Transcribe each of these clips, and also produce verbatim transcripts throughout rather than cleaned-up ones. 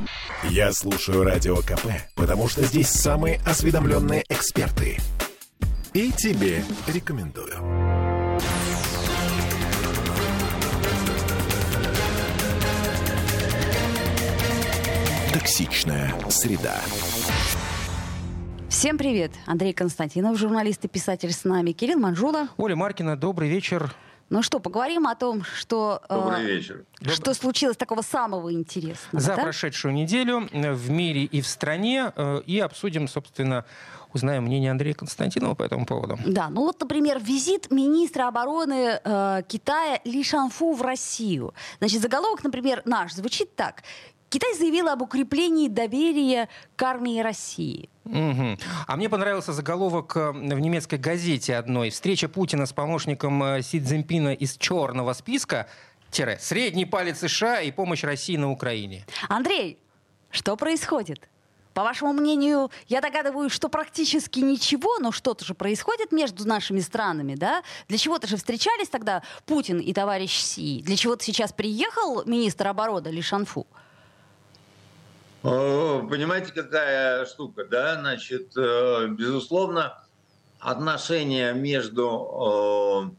Я слушаю Радио КП, потому что здесь самые осведомленные эксперты. И тебе рекомендую. Токсичная среда. Всем привет! Андрей Константинов, журналист и писатель с нами. Кирилл Манжула. Оля Маркина, добрый вечер. Ну что, поговорим о том, что, Добрый э, вечер. что случилось такого самого интересного. За да? прошедшую неделю в мире и в стране. Э, и обсудим, собственно, узнаем мнение Андрея Константинова по этому поводу. Да, ну вот, например, визит министра обороны э, Китая Ли Шанфу в Россию. Значит, заголовок, например, наш звучит так. Китай заявил об укреплении доверия к армии России. Угу. А мне понравился заголовок в немецкой газете одной. Встреча Путина с помощником Си Цзиньпина из черного списка, тире, средний палец США и помощь России на Украине. Андрей, что происходит? По вашему мнению, я догадываюсь, что практически ничего, но что-то же происходит между нашими странами, да? Для чего-то же встречались тогда Путин и товарищ Си. Для чего-то сейчас приехал министр обороны Ли Шанфу. Понимаете, какая штука, да? Значит, безусловно, отношения между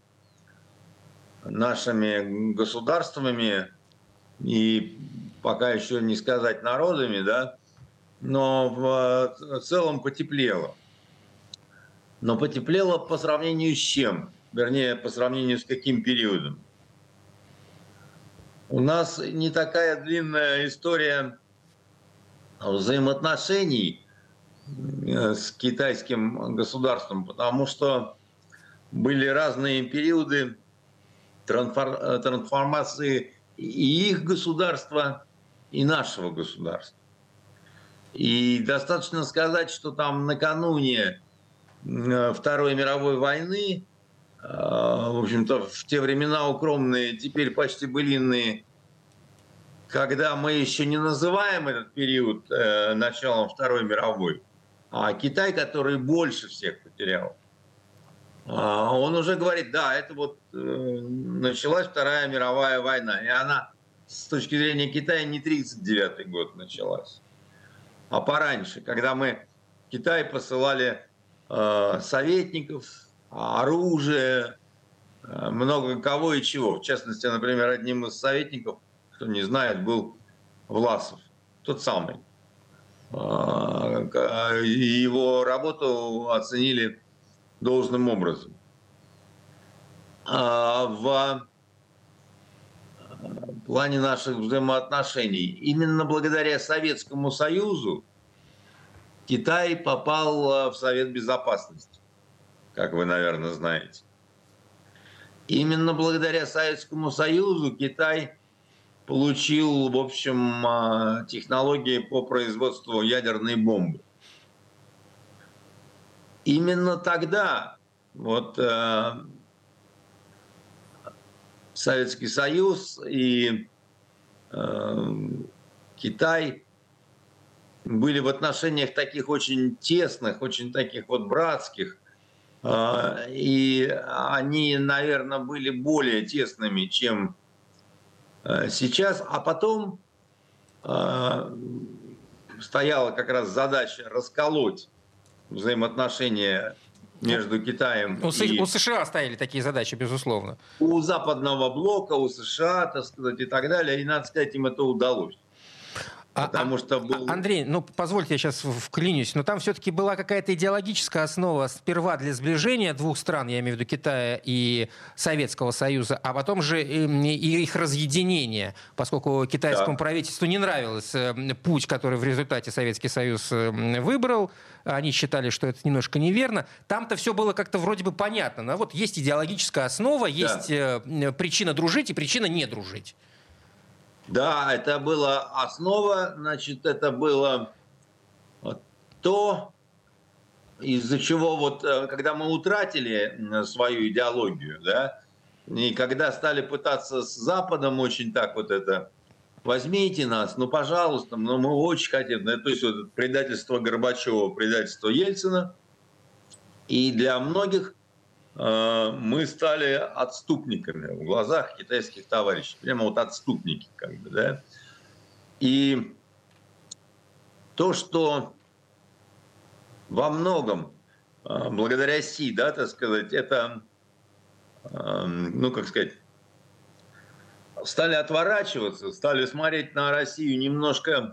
нашими государствами и пока еще не сказать народами, да, но в целом потеплело. Но потеплело по сравнению с чем? Вернее, по сравнению с каким периодом? У нас не такая длинная история взаимоотношений с китайским государством, потому что были разные периоды трансформации и их государства, и нашего государства. И достаточно сказать, что там накануне Второй мировой войны, в общем-то, в те времена укромные, теперь почти былинные, когда мы еще не называем этот период э, началом Второй мировой, а Китай, который больше всех потерял, э, он уже говорит, да, это вот э, началась Вторая мировая война, и она с точки зрения Китая не тридцать девятый год началась, а пораньше, когда мы в Китай посылали э, советников, оружие, э, много кого и чего. В частности, например, одним из советников, кто не знает, был Власов, тот самый. Его работу оценили должным образом. В плане наших взаимоотношений именно благодаря Советскому Союзу Китай попал в Совет Безопасности, как вы, наверное, знаете. Именно благодаря Советскому Союзу Китай получил, в общем, технологии по производству ядерной бомбы. Именно тогда вот, э, Советский Союз и э, Китай были в отношениях таких очень тесных, очень таких вот братских. Э, и они, наверное, были более тесными, чем сейчас, а потом э, стояла как раз задача расколоть взаимоотношения между Китаем у и... У США стояли такие задачи, безусловно. У западного блока, у США, так сказать, и так далее. И, надо сказать, им это удалось. Потому а, что был... Андрей, ну позвольте, я сейчас вклинюсь, но там все-таки была какая-то идеологическая основа сперва для сближения двух стран, я имею в виду Китая и Советского Союза, а потом же и, и их разъединение, поскольку китайскому да. правительству не нравился путь, который в результате Советский Союз выбрал, они считали, что это немножко неверно. Там-то все было как-то вроде бы понятно, но вот есть идеологическая основа, есть да. причина дружить и причина не дружить. Да, это была основа, значит, это было то, из-за чего вот, когда мы утратили свою идеологию, да, и когда стали пытаться с Западом очень так вот это, возьмите нас, ну, пожалуйста, ну, мы очень хотим, ну, то есть вот предательство Горбачева, предательство Ельцина, и для многих мы стали отступниками в глазах китайских товарищей. Прямо вот отступники, как бы, да. И то, что во многом благодаря России, да, так сказать, это, ну, как сказать, стали отворачиваться, стали смотреть на Россию немножко,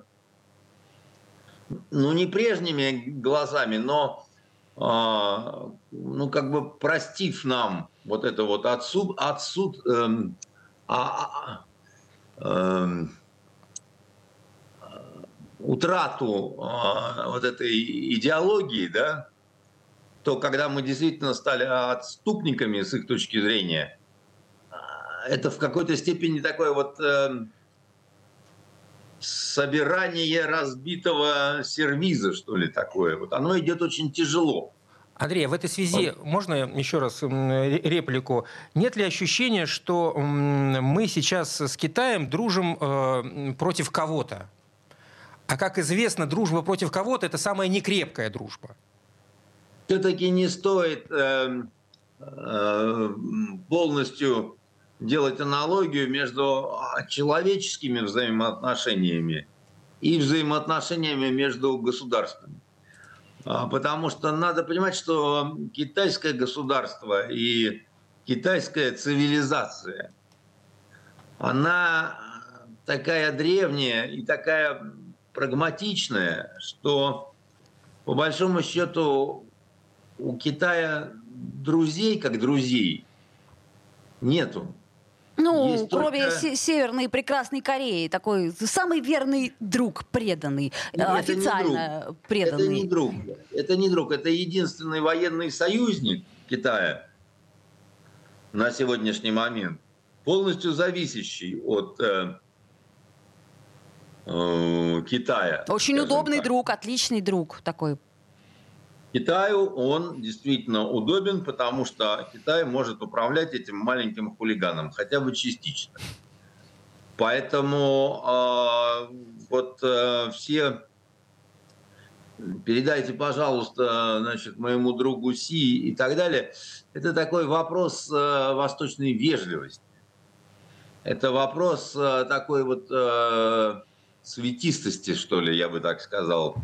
ну, не прежними глазами, но, ну, как бы простив нам вот это вот отсуд, отсуд, эм, а, эм, утрату э, вот этой идеологии, да, то когда мы действительно стали отступниками с их точки зрения, это в какой-то степени такое вот э, собирание разбитого сервиза, что ли, такое. Вот оно идет очень тяжело. Андрей, в этой связи можно еще раз реплику? Нет ли ощущения, что мы сейчас с Китаем дружим э, против кого-то? А как известно, дружба против кого-то – это самая некрепкая дружба. Все-таки не стоит э, э, полностью делать аналогию между человеческими взаимоотношениями и взаимоотношениями между государствами. Потому что надо понимать, что китайское государство и китайская цивилизация, она такая древняя и такая прагматичная, что по большому счету у Китая друзей, как друзей, нету. Ну, Есть кроме только... се- Северной прекрасной Кореи, такой самый верный друг, преданный, Нет, официально это не преданный. Это не друг. Это не друг. Это единственный военный союзник Китая на сегодняшний момент, полностью зависящий от э, э, Китая. Очень удобный так. друг, отличный друг такой. Китаю он действительно удобен, потому что Китай может управлять этим маленьким хулиганом, хотя бы частично. Поэтому э, вот э, все передайте, пожалуйста, значит, моему другу Си и так далее. Это такой вопрос э, восточной вежливости. Это вопрос э, такой вот э, светистости, что ли, я бы так сказал,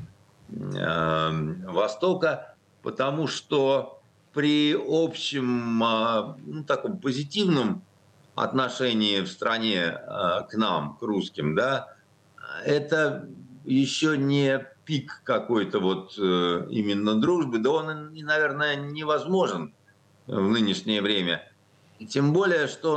Востока, потому что при общем ну, таком позитивном отношении в стране к нам, к русским, да, это еще не пик какой-то вот именно дружбы, да он, наверное, невозможен в нынешнее время. И тем более, что,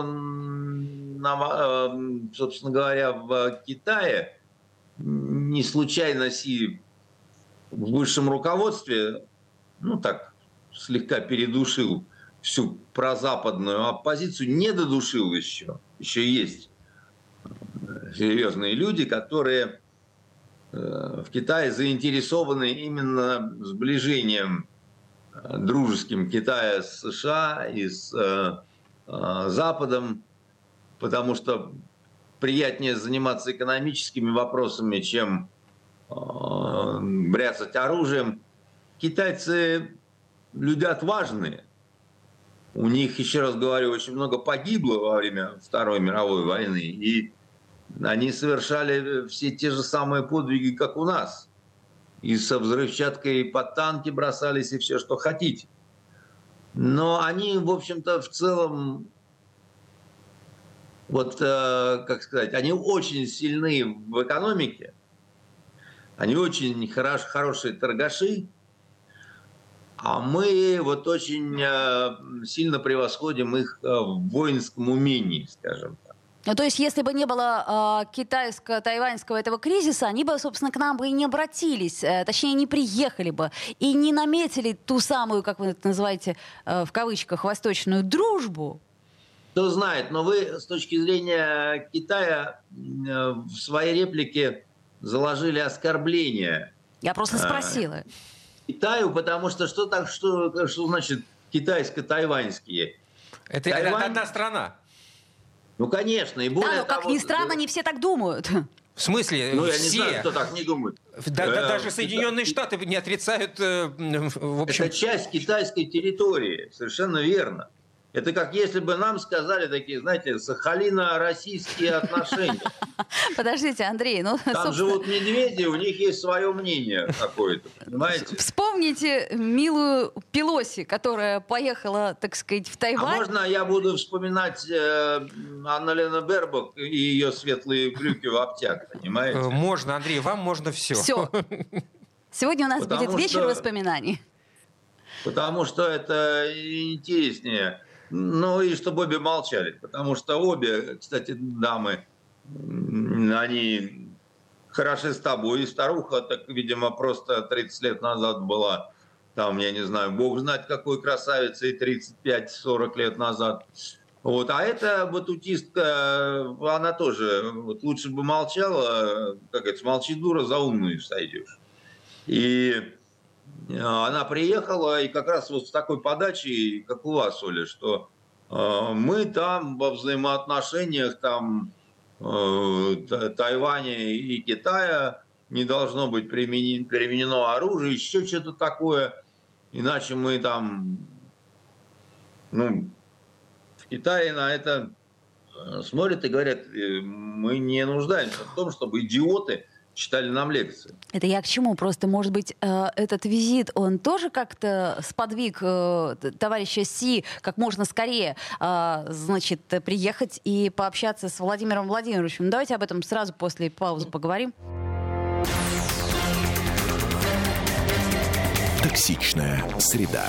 собственно говоря, в Китае не случайно Си в высшем руководстве, ну так, слегка передушил всю прозападную оппозицию, не додушил еще. Еще есть серьезные люди, которые в Китае заинтересованы именно сближением дружеским Китая с США и с Западом, потому что приятнее заниматься экономическими вопросами, чем бряцать оружием. Китайцы люди отважные. У них, еще раз говорю, очень много погибло во время Второй мировой войны. И они совершали все те же самые подвиги, как у нас. И со взрывчаткой под танки бросались, и все, что хотите. Но они, в общем-то, в целом, вот, как сказать, они очень сильны в экономике. Они очень хорош, хорошие торгаши, а мы вот очень э, сильно превосходим их э, в воинском умении, скажем так. Ну, то есть, если бы не было э, китайско-тайваньского этого кризиса, они бы, собственно, к нам бы и не обратились, э, точнее, не приехали бы и не наметили ту самую, как вы это называете, э, в кавычках, восточную дружбу. Кто знает, но вы с точки зрения Китая э, в своей реплике заложили оскорбление. Я просто спросила. Китаю, потому что что так, что, что значит китайско-тайваньские? Это, Тайвань... это одна страна. Ну, конечно. И более да, но того, как ни странно, не все так думают. В смысле? Ну, я все. не знаю, кто так не думает. Да, да, даже э, Соединенные Штаты не отрицают, в общем... Это часть китайской территории, совершенно верно. Это как если бы нам сказали такие, знаете, Сахалино-российские отношения. Подождите, Андрей, ну, Там собственно... живут медведи, у них есть свое мнение какое-то, понимаете? Вспомните милую Пелоси, которая поехала, так сказать, в Тайвань. А можно я буду вспоминать э, Анна-Лена Бербок и ее светлые брюки в обтяг, понимаете? Можно, Андрей, вам можно все. Все. Сегодня у нас Потому будет вечер что... воспоминаний. Потому что это интереснее. Ну и чтобы обе молчали. Потому что обе, кстати, дамы, они хороши с тобой. И старуха, так, видимо, просто тридцать лет назад была, там, я не знаю, бог знает, какой красавицей тридцать пять сорок лет назад. Вот. А эта батутистка, она тоже, вот лучше бы молчала, как говорится, молчи, дура, за умную сойдешь. И она приехала, и как раз вот с такой подачей, как у вас, Оля, что э, мы там во взаимоотношениях там, э, Тайваня и Китая не должно быть применено, применено оружие, еще что-то такое, иначе мы там, ну, в Китае на это смотрят и говорят, мы не нуждаемся в том, чтобы идиоты читали нам лекции. Это я к чему? Просто, может быть, э, этот визит, он тоже как-то сподвиг э, товарища Си как можно скорее, э, значит, приехать и пообщаться с Владимиром Владимировичем. Давайте об этом сразу после паузы поговорим. Токсичная среда.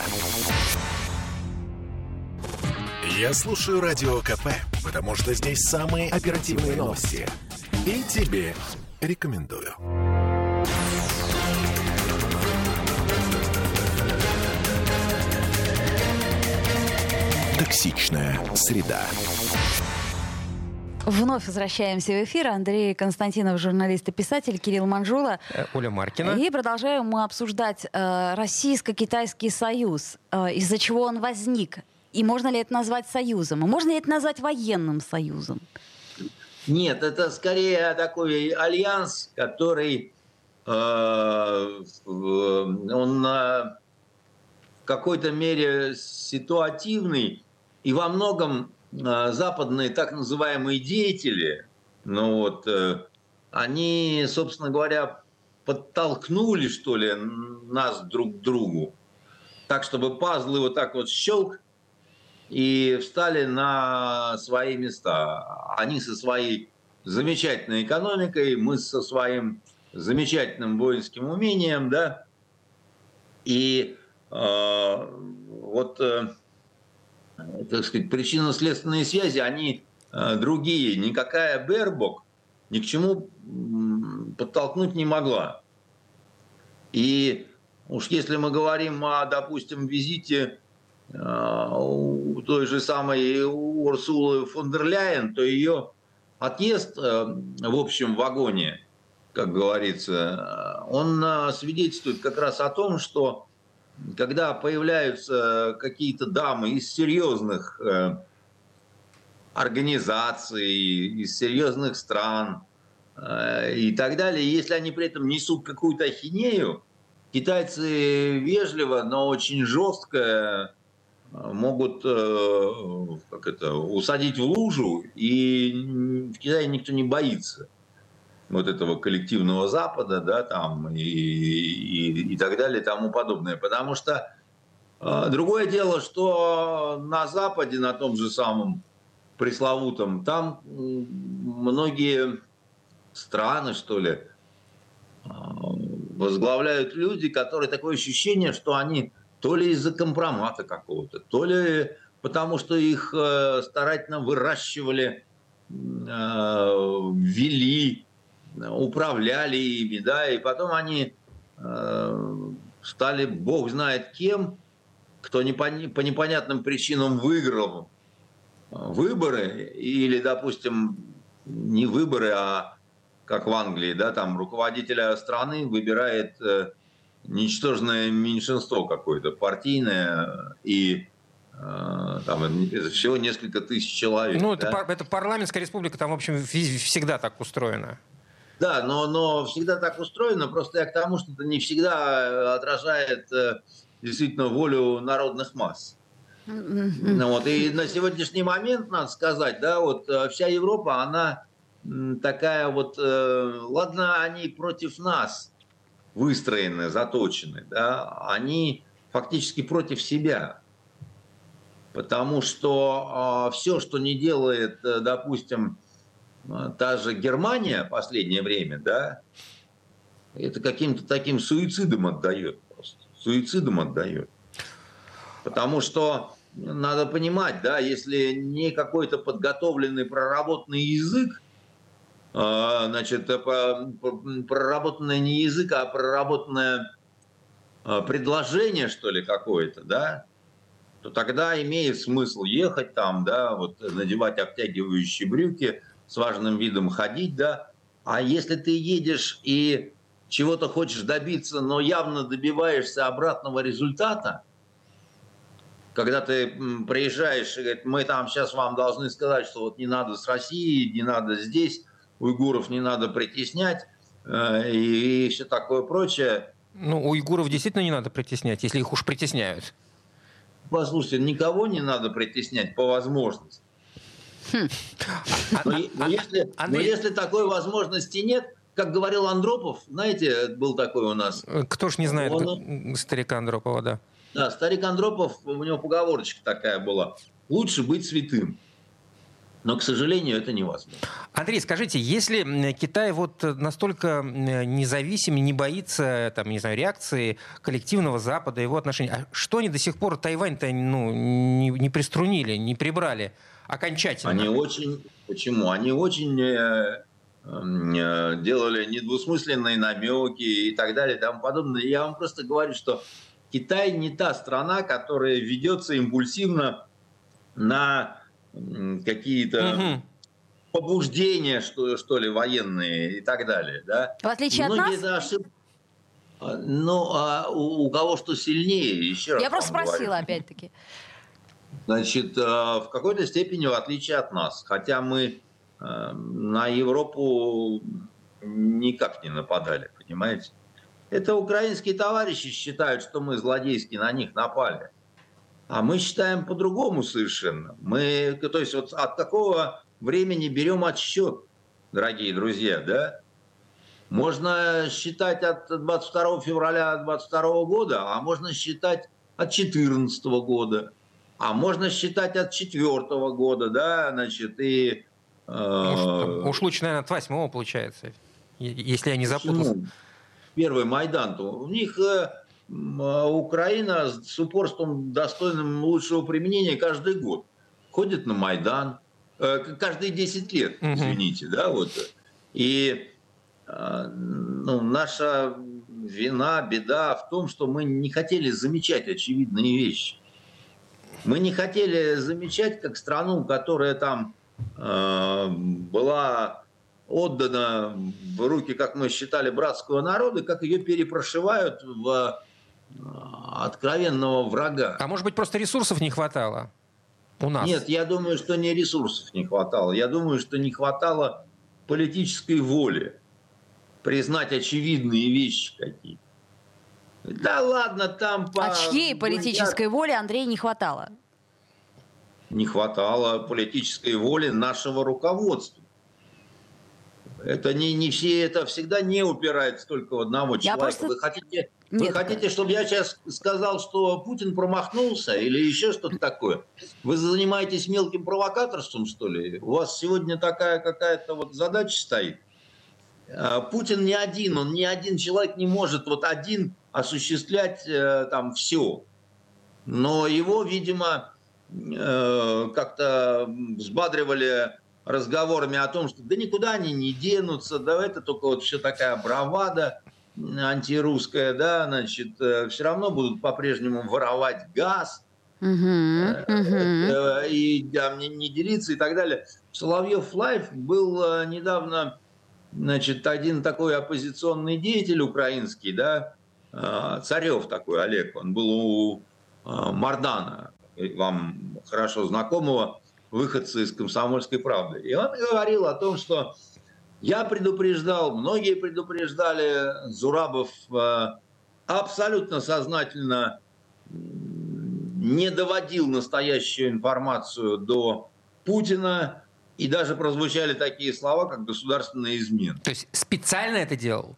Я слушаю Радио КП, потому что здесь самые оперативные новости. И тебе рекомендую. Токсичная среда. Вновь возвращаемся в эфир. Андрей Константинов, журналист и писатель, Кирилл Манжула. Оля Маркина. И продолжаем мы обсуждать э, Российско-Китайский союз, э, из-за чего он возник. И можно ли это назвать союзом? И можно ли это назвать военным союзом? Нет, это скорее такой альянс, который э, он э, в какой-то мере ситуативный, и во многом э, западные так называемые деятели, ну вот, э, они, собственно говоря, подтолкнули, что ли, нас друг к другу, так, чтобы пазлы вот так вот щелк, и встали на свои места. Они со своей замечательной экономикой, мы со своим замечательным воинским умением, да. И э, вот, э, так сказать, причинно-следственные связи, они э, другие. Никакая Бербок ни к чему подтолкнуть не могла. И уж если мы говорим о, допустим, визите у той же самой Урсулы фон дер Ляйен, то ее отъезд в общем вагоне, как говорится, он свидетельствует как раз о том, что когда появляются какие-то дамы из серьезных организаций, из серьезных стран и так далее, если они при этом несут какую-то ахинею, китайцы вежливо, но очень жестко могут как это, усадить в лужу, и в Китае никто не боится вот этого коллективного Запада, да, там, и, и, и так далее, и тому подобное. Потому что э, другое дело, что на Западе, на том же самом пресловутом, там многие страны, что ли, э, возглавляют люди, которые такое ощущение, что они то ли из-за компромата какого-то, то ли потому, что их э, старательно выращивали, э, ввели, управляли ими, да, и потом они э, стали бог знает кем, кто не по, по непонятным причинам выиграл выборы, или, допустим, не выборы, а как в Англии, да, там руководителя страны выбирает э, ничтожное меньшинство какое-то, партийное, и э, там это всего несколько тысяч человек. Ну, да? это, пар, это парламентская республика, там, в общем, всегда так устроено. Да, но, но всегда так устроено, просто я к тому, что это не всегда отражает э, действительно волю народных масс. Ну, вот, и на сегодняшний момент, надо сказать, да, вот вся Европа, она такая вот, э, ладно, они против нас выстроены, заточены, да, они фактически против себя. Потому что э, все, что не делает, э, допустим, э, та же Германия в последнее время, да, это каким-то таким суицидом отдает просто. Суицидом отдает. Потому что надо понимать, да, если не какой-то подготовленный, проработанный язык, значит, проработанное не язык, а проработанное предложение, что ли, какое-то, да, то тогда имеет смысл ехать там, да, вот надевать обтягивающие брюки, с важным видом ходить, да. А если ты едешь и чего-то хочешь добиться, но явно добиваешься обратного результата, когда ты приезжаешь и говоришь, мы там сейчас вам должны сказать, что вот не надо с Россией, не надо здесь, уйгуров не надо притеснять э, и, и все такое прочее. Ну, уйгуров действительно не надо притеснять, если их уж притесняют. Послушайте, никого не надо притеснять по возможности. Хм. Но, но, если, но если такой возможности нет, как говорил Андропов, знаете, был такой у нас. Кто ж не знает он, старика Андропова, да. Да, старик Андропов, у него поговорочка такая была. Лучше быть святым. Но, к сожалению, это невозможно. Андрей, скажите, если Китай вот настолько независим, не боится, там, не знаю, реакции коллективного Запада, его отношений, а что они до сих пор Тайвань-то ну, не, не приструнили, не прибрали окончательно? Они очень... Почему? Они очень э, э, делали недвусмысленные намеки и так далее и тому подобное. Я вам просто говорю, что Китай не та страна, которая ведется импульсивно на какие-то угу. побуждения, что, что ли, военные и так далее. Да? В отличие Многие от нас? Ошиб... Ну, а у, у кого что сильнее, еще раз Я просто спросила, говорю. опять-таки. Значит, в какой-то степени в отличие от нас. Хотя мы на Европу никак не нападали, понимаете? Это украинские товарищи считают, что мы злодейски на них напали. А мы считаем по-другому совершенно. Мы, то есть вот от какого времени берем отсчет, дорогие друзья, да? Можно считать от двадцать второго февраля двадцать второго года, а можно считать от четырнадцатого года, а можно считать от четвертого года, да, значит, и... Э... Уж, уж лучше, наверное, от восьмого получается, если я не запутался. Почему? Первый Майдан-то. У них э, Украина с упорством, достойным лучшего применения, каждый год ходит на Майдан. Э, каждые десять лет, извините, да, вот. И э, ну, наша вина, беда в том, что мы не хотели замечать очевидные вещи. Мы не хотели замечать, как страну, которая там э, была... отдана в руки, как мы считали, братского народа, как ее перепрошивают в откровенного врага. А может быть, просто ресурсов не хватало у нас? Нет, я думаю, что не ресурсов не хватало. Я думаю, что не хватало политической воли признать очевидные вещи какие-то. Да ладно, там... По... А чьей политической воли, Андрей, не хватало? Не хватало политической воли нашего руководства. Это не, не все, это всегда не упирается только в одного человека. Просто... Вы хотите, вы хотите, чтобы я сейчас сказал, что Путин промахнулся или еще что-то такое? Вы занимаетесь мелким провокаторством, что ли? У вас сегодня такая какая-то вот задача стоит. Путин не один, он ни один человек не может вот один осуществлять там все. Но его, видимо, как-то взбадривали разговорами о том, что да никуда они не денутся, да это только вот все такая бравада антирусская, да, значит, все равно будут по-прежнему воровать газ uh-huh, uh-huh. и да, не, не делиться и так далее. Соловьев Лайф был недавно, значит, один такой оппозиционный деятель украинский, да, Царев такой Олег, он был у Мардана, вам хорошо знакомого, выходцы из «Комсомольской правды». И он говорил о том, что я предупреждал, многие предупреждали, Зурабов э, абсолютно сознательно не доводил настоящую информацию до Путина, и даже прозвучали такие слова, как государственная измена. То есть специально это делал?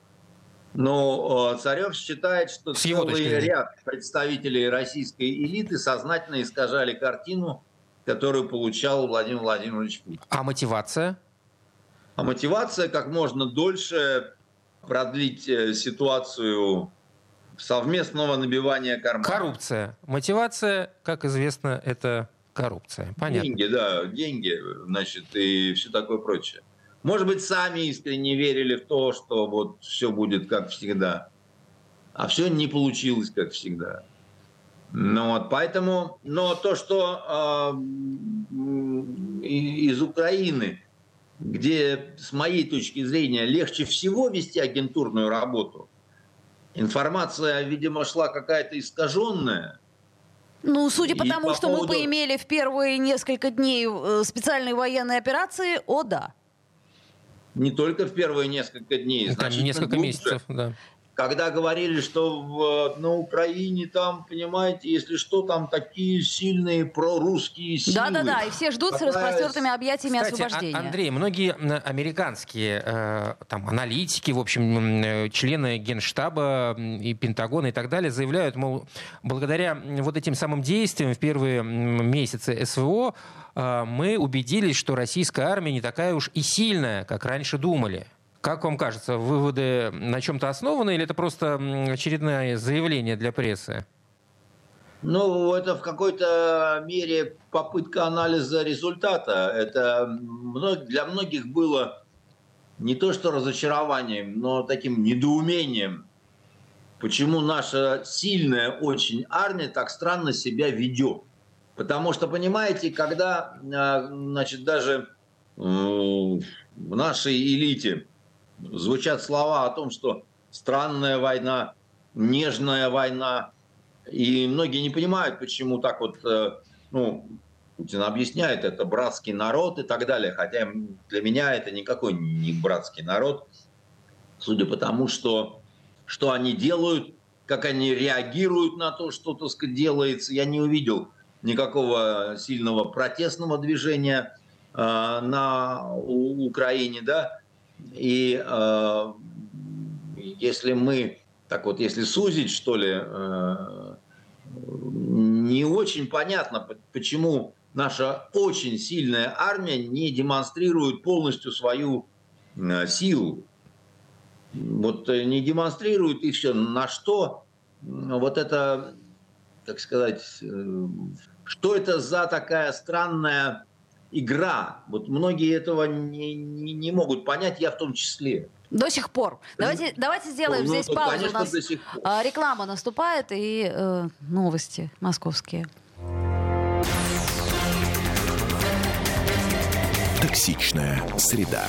Но Царев считает, что целый ряд представителей российской элиты сознательно искажали картину, которую получал Владимир Владимирович Путин. А мотивация? А мотивация как можно дольше продлить ситуацию совместного набивания кармана. Коррупция. Мотивация, как известно, это коррупция. Понятно. Деньги, да, деньги, значит, и все такое прочее. Может быть, сами искренне верили в то, что вот все будет как всегда. А все не получилось как всегда. Ну, вот, поэтому, но то, что э, из Украины, где, с моей точки зрения, легче всего вести агентурную работу, информация, видимо, шла какая-то искаженная. Ну, судя по и тому, по что поводу... мы поимели в первые несколько дней специальной военной операции, о да. Не только в первые несколько дней, значит, несколько глубже. месяцев, да. Когда говорили, что в, на Украине там, понимаете, если что, там такие сильные прорусские силы. Да-да-да, и все ждут Какая... с распростертыми объятиями Кстати, освобождения. А- Андрей, многие американские э, там, аналитики, в общем, члены Генштаба и Пентагона и так далее заявляют, мол, благодаря вот этим самым действиям в первые месяцы СВО э, мы убедились, что российская армия не такая уж и сильная, как раньше думали. Как вам кажется, выводы на чем-то основаны или это просто очередное заявление для прессы? Ну, это в какой-то мере попытка анализа результата. Это для многих было не то что разочарованием, но таким недоумением, почему наша сильная очень армия так странно себя ведет. Потому что, понимаете, когда, значит, даже в нашей элите звучат слова о том, что странная война, нежная война. И многие не понимают, почему так вот, ну, Путин объясняет, это братский народ и так далее. Хотя для меня это никакой не братский народ. Судя по тому, что, что они делают, как они реагируют на то, что, так сказать, делается. Я не увидел никакого сильного протестного движения э, на у, Украине, да. И э, если мы, так вот, если сузить, что ли, э, не очень понятно, почему наша очень сильная армия не демонстрирует полностью свою э, силу. Вот не демонстрирует и все. На что вот это, так сказать, э, что это за такая странная игра. Вот многие этого не, не, не могут понять, я в том числе. До сих пор. Давайте, давайте сделаем ну, здесь ну, паузу. Конечно, У нас до сих пор. Реклама наступает и э, новости московские. Токсичная среда.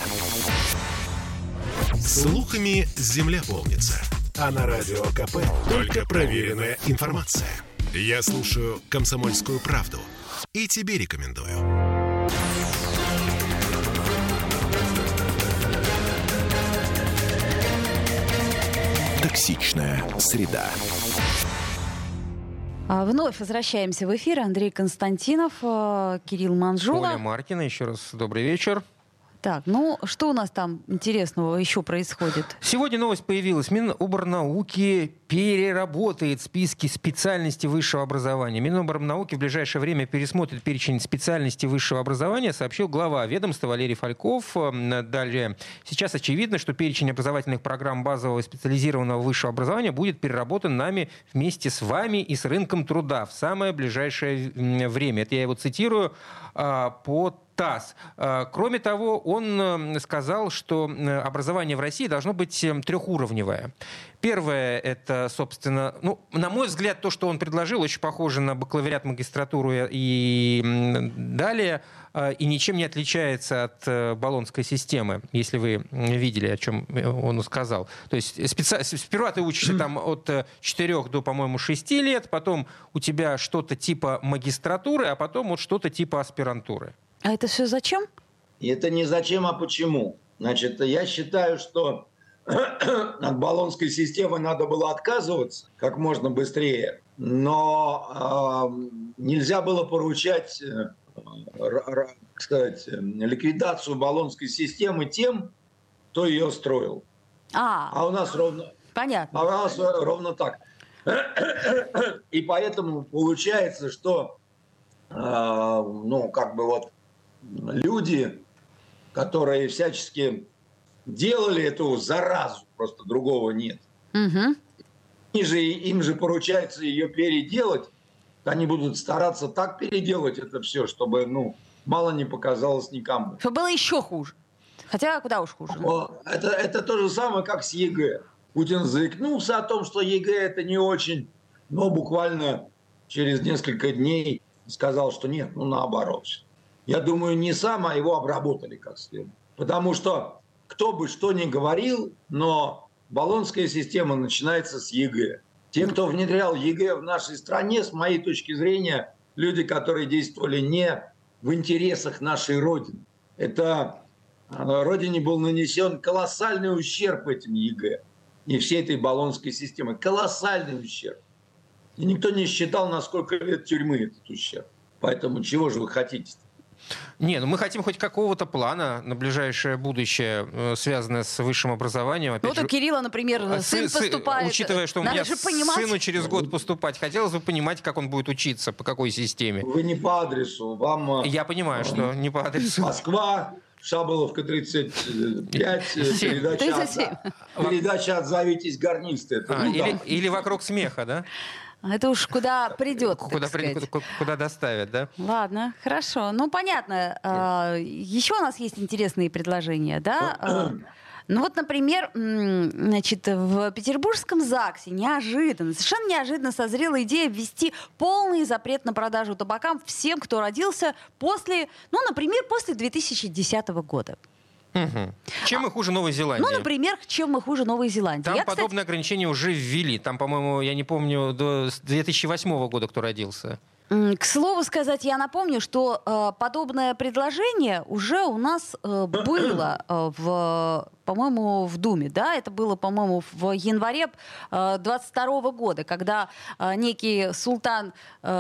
Слухами земля полнится. А на Радио КП только проверенная информация. Я слушаю «Комсомольскую правду» и тебе рекомендую. Токсичная среда. Вновь возвращаемся в эфир. Андрей Константинов, Кирилл Манжула. Оля Маркина, еще раз добрый вечер. Так, ну что у нас там интересного еще происходит? Сегодня новость появилась. Миноборнауки переработает списки специальностей высшего образования. Миноборнауки в ближайшее время пересмотрит перечень специальностей высшего образования, сообщил глава ведомства Валерий Фальков. Далее. Сейчас очевидно, что перечень образовательных программ базового и специализированного высшего образования будет переработан нами вместе с вами и с рынком труда в самое ближайшее время. Это я его цитирую по ТАСС. Кроме того, он сказал, что образование в России должно быть трехуровневое. Первое — это, собственно, ну, на мой взгляд, то, что он предложил, очень похоже на бакалавриат, магистратуру и далее, и ничем не отличается от болонской системы, если вы видели, о чем он сказал. То есть специ... сперва ты учишься там от четырёх до, по-моему, шести лет, потом у тебя что-то типа магистратуры, а потом вот что-то типа аспирантуры. А это все зачем? Это не зачем, а почему. Значит, я считаю, что от болонской системы надо было отказываться как можно быстрее. но э, нельзя было поручать, э, так сказать, ликвидацию Болонской системы тем, кто ее строил. А, а у нас ровно, понятно. А у нас ровно так. И поэтому получается, что э, ну, как бы вот люди, которые всячески делали эту заразу, просто другого нет. Угу. Им же, им же поручается ее переделать. Они будут стараться так переделать это все, чтобы ну, мало не показалось никому. Чтобы было еще хуже. Хотя куда уж хуже. Это, это то же самое, как с ЕГЭ. Путин заикнулся о том, что ЕГЭ это не очень, но буквально через несколько дней сказал, что нет, ну наоборот. Я думаю, не сам, а его обработали как следует. Потому что кто бы что ни говорил, но Болонская система начинается с ЕГЭ. Те, кто внедрял ЕГЭ в нашей стране, с моей точки зрения, люди, которые действовали не в интересах нашей Родины. Это Родине был нанесен колоссальный ущерб этим ЕГЭ и всей этой Болонской системы. Колоссальный ущерб. И никто не считал, на сколько лет тюрьмы этот ущерб. Поэтому чего же вы хотите-то? Не, ну мы хотим хоть какого-то плана на ближайшее будущее, связанное с высшим образованием. Опять вот у же, Кирилла, например, сын сы, поступает. Учитывая, что у меня сыну через год поступать, хотелось бы понимать, как он будет учиться, по какой системе. Вы не по адресу. Вам... Я понимаю, что не по адресу. Москва, Шаболовка, тридцать пять, передача, передача «Отзовитесь, гарнисты». Это, а, ну, или, или «Вокруг смеха», да? Это уж куда придет, куда, при, куда, куда доставят, да? Ладно, хорошо. Ну, понятно. Еще у нас есть интересные предложения, да? Ну вот, например, значит, в Петербургском ЗАГСе неожиданно, совершенно неожиданно созрела идея ввести полный запрет на продажу табака всем, кто родился после, ну, например, после две тысячи десятого года. Угу. Чем мы хуже Новой Зеландии? Ну, например, чем мы хуже Новой Зеландии. Там я, подобные кстати... ограничения уже ввели. Там, по-моему, я не помню, до две тысячи восьмого года кто родился. К слову сказать, я напомню, что э, подобное предложение уже у нас э, было, э, в, по-моему, в Думе. Да? Это было, по-моему, в январе э, двадцать второго года, когда э, некий султан,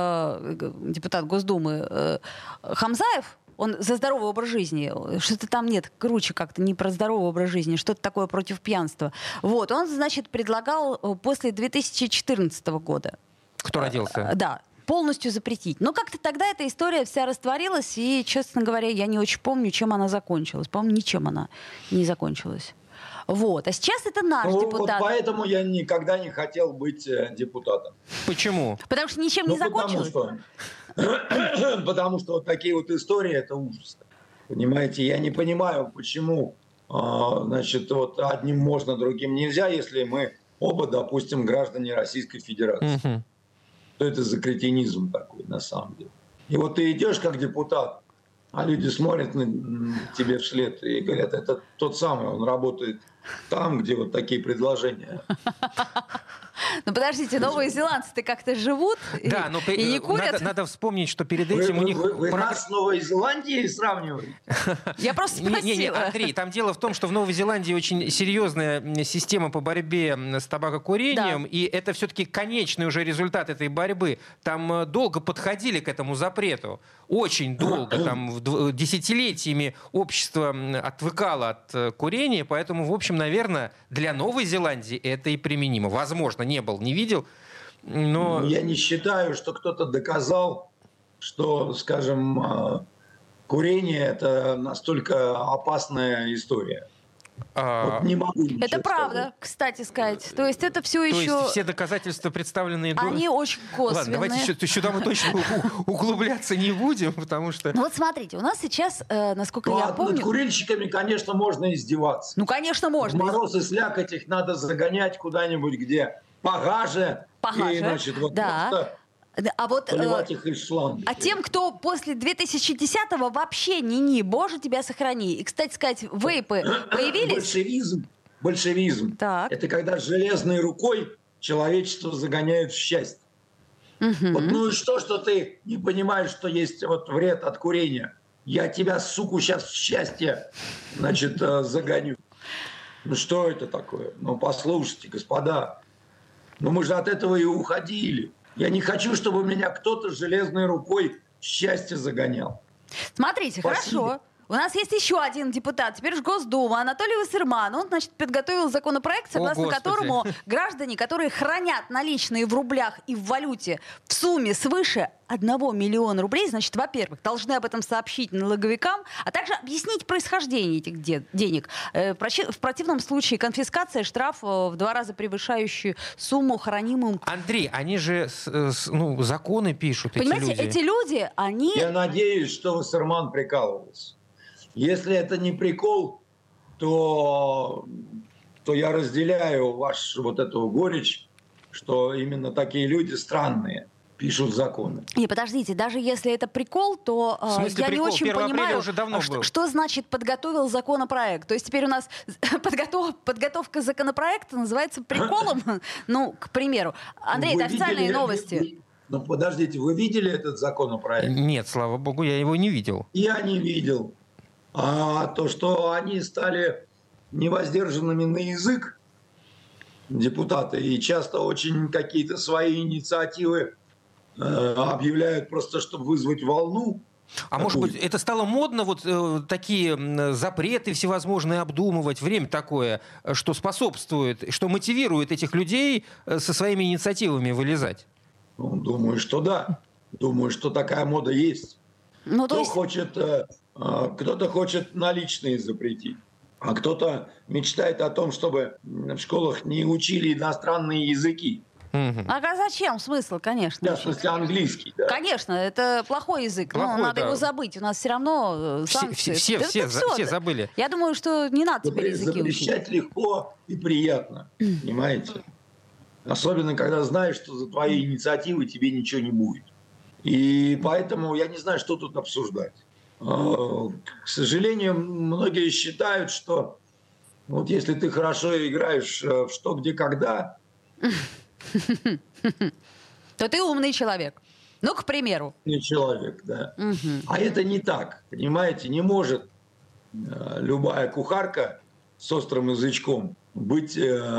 э, депутат Госдумы э, Хамзаев, он за здоровый образ жизни, что-то там нет, круче как-то, не про здоровый образ жизни, что-то такое против пьянства. Вот, он, значит, предлагал после две тысячи четырнадцатого года. Кто родился? Да, полностью запретить. Но как-то тогда эта история вся растворилась, и, честно говоря, я не очень помню, чем она закончилась. По-моему, ничем она не закончилась. Вот. А сейчас это наш ну, депутат. Вот поэтому я никогда не хотел быть депутатом. Почему? Потому что ничем ну, не закончилось? Потому что, потому что вот такие вот истории – это ужас. Понимаете, я не понимаю, почему значит, вот одним можно, другим нельзя, если мы оба, допустим, граждане Российской Федерации. Угу. Что это за кретинизм такой на самом деле? И вот ты идешь как депутат, а люди смотрят на тебе вслед и говорят, это тот самый, он работает там, где вот такие предложения. Ну подождите, новые зеландцы-то как-то живут да, но и не курят? Надо, надо вспомнить, что перед этим вы, у них... Вы, вы нас с Новой Зеландией сравниваете? Я просто спросила. Не, не, Андрей, там дело в том, что в Новой Зеландии очень серьезная система по борьбе с табакокурением, да. И это все-таки конечный уже результат этой борьбы. Там долго подходили к этому запрету. Очень долго. Там десятилетиями общество отвыкало от курения, поэтому, в общем, наверное, для Новой Зеландии это и применимо. Возможно, не был, не видел, но... Я не считаю, что кто-то доказал, что, скажем, курение – это настолько опасная история. А... Вот не могу ничего это правда, сказать. Кстати сказать. То есть это все То еще... То есть все доказательства, представленные... Они до... очень косвенные. Ладно, давайте сюда мы точно углубляться не будем, потому что... Ну вот смотрите, у нас сейчас, насколько я помню... Над курильщиками, конечно, можно издеваться. Ну, конечно, можно. В мороз и слякоть их надо загонять куда-нибудь, где погаже. Погаже, и, значит, вот да. просто... А вот поливать их из шланга. А тем, кто после две тысячи десятого вообще ни-ни, боже, тебя сохрани. И, кстати сказать, вейпы появились? Большевизм. Большевизм. Так. Это когда железной рукой человечество загоняют в счастье. Угу. Вот, ну и что, что ты не понимаешь, что есть вот вред от курения? Я тебя, суку, сейчас в счастье, значит, загоню. Ну что это такое? Ну послушайте, господа, ну мы же от этого и уходили. Я не хочу, чтобы меня кто-то железной рукой в счастье загонял. Смотрите, Спасибо. Хорошо. У нас есть еще один депутат, теперь же Госдума, Анатолий Вассерман. Он, значит, подготовил законопроект, согласно О, которому граждане, которые хранят наличные в рублях и в валюте в сумме свыше одного миллиона рублей, значит, во-первых, должны об этом сообщить налоговикам, а также объяснить происхождение этих де- денег. Э, в противном случае конфискация, штраф в два раза превышающую сумму хранимым. Андрей, они же ну, законы пишут, Понимаете, эти люди. эти люди, они... Я надеюсь, что Вассерман прикалывался. Если это не прикол, то, то я разделяю вашу вот эту горечь, что именно такие люди странные пишут законы. Не, подождите, даже если это прикол, то э, я прикол? не очень понимаю, уже давно что, был. что значит подготовил законопроект. То есть теперь у нас подготов, подготовка законопроекта называется приколом, ну, к примеру. Андрей, это официальные новости. Ну, подождите, вы видели этот законопроект? Нет, слава богу, я его не видел. Я не видел. А то, что они стали невоздержанными на язык, депутаты, и часто очень какие-то свои инициативы э, объявляют просто, чтобы вызвать волну. А такую. Может быть, это стало модно, вот э, такие запреты всевозможные обдумывать, время такое, что способствует, что мотивирует этих людей со своими инициативами вылезать? Ну, думаю, что да. Думаю, что такая мода есть. Ну, Кто есть... хочет... Э, Кто-то хочет наличные запретить, а кто-то мечтает о том, чтобы в школах не учили иностранные языки. Угу. А зачем? Смысл, конечно. Да, в смысле английский. Да. Конечно, это плохой язык, плохой, но надо да. его забыть. У нас все равно санкции. Все, все, да, все, все, все забыли. Я думаю, что не надо теперь языки Запрещать учить. легко и приятно, понимаете? Особенно, когда знаешь, что за твои инициативы тебе ничего не будет. И поэтому я не знаю, что тут обсуждать. К сожалению, многие считают, что вот если ты хорошо играешь в «Что, где, когда», то ты умный человек. Ну, к примеру. Не человек, да. Угу. А это не так, понимаете? Не может любая кухарка с острым язычком быть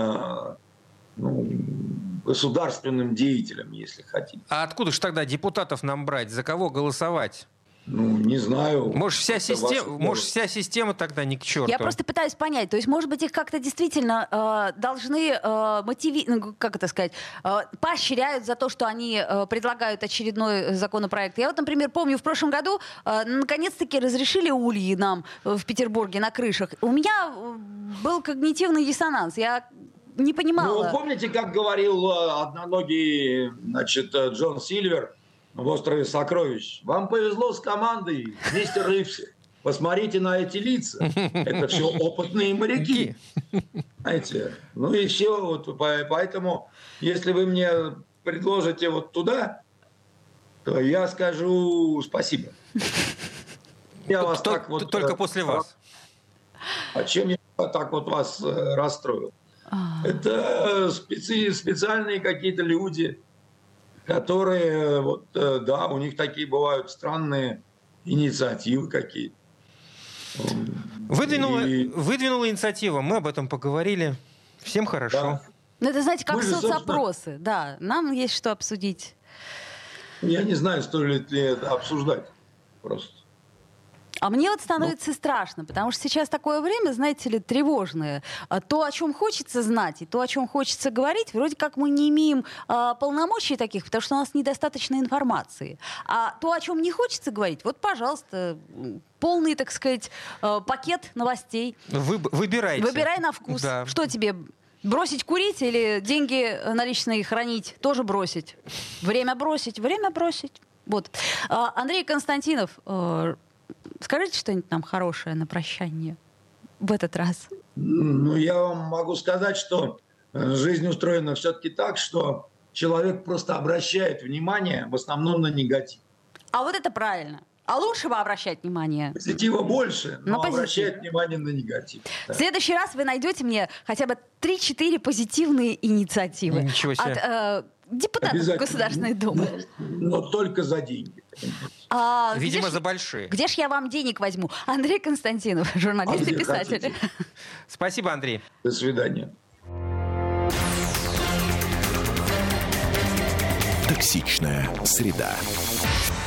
ну, государственным деятелем, если хотите. А откуда же тогда депутатов нам брать? За кого голосовать? Ну, не знаю. Может, вся, система, может, вся система тогда ни к черту? Я просто пытаюсь понять. То есть, может быть, их как-то действительно э, должны э, мотивировать, как это сказать, э, поощряют за то, что они э, предлагают очередной законопроект. Я вот, например, помню, в прошлом году э, наконец-таки разрешили ульи нам в Петербурге на крышах. У меня был когнитивный диссонанс. Я не понимала. Ну, помните, как говорил одноногий, значит, Джон Сильвер в «Острове сокровищ»? Вам повезло с командой, мистер Ривси. Посмотрите на эти лица. Это все опытные моряки. Знаете? Ну и все. Вот, поэтому, если вы мне предложите вот туда, то я скажу спасибо. Я вас так вот... Только после вас. А чем я так вот вас расстроил? Это специ, специальные какие-то люди, которые, вот, да, у них такие бывают странные инициативы какие-то. Выдвинула, И... выдвинула инициатива, мы об этом поговорили. Всем хорошо. Да. Ну, это, знаете, как мы соцопросы. Же, да, нам есть что обсудить. Я не знаю, стоит ли это обсуждать просто. А мне вот становится ну. страшно, потому что сейчас такое время, знаете ли, тревожное. То, о чем хочется знать, и то, о чем хочется говорить, вроде как мы не имеем а, полномочий таких, потому что у нас недостаточно информации. А то, о чем не хочется говорить, вот, пожалуйста, полный, так сказать, пакет новостей. Вы, выбирайте. Выбирай на вкус. Да. Что тебе, бросить курить или деньги наличные хранить? Тоже бросить. Время бросить, время бросить. Вот. А, Андрей Константинов... Скажите что-нибудь нам хорошее на прощание в этот раз. Ну, я вам могу сказать, что жизнь устроена все-таки так, что человек просто обращает внимание в основном на негатив. А вот это правильно. А лучше бы обращать внимание. Позитива больше, но, но обращает внимание на негатив. Да. В следующий раз вы найдете мне хотя бы три-четыре позитивные инициативы. Ничего себе. От э, депутатов Государственной Думы. Но, но только за деньги. А, Видимо, ж, за большие. Где ж я вам денег возьму? Андрей Константинов, журналист и писатель. Спасибо, Андрей. До свидания. Токсичная среда.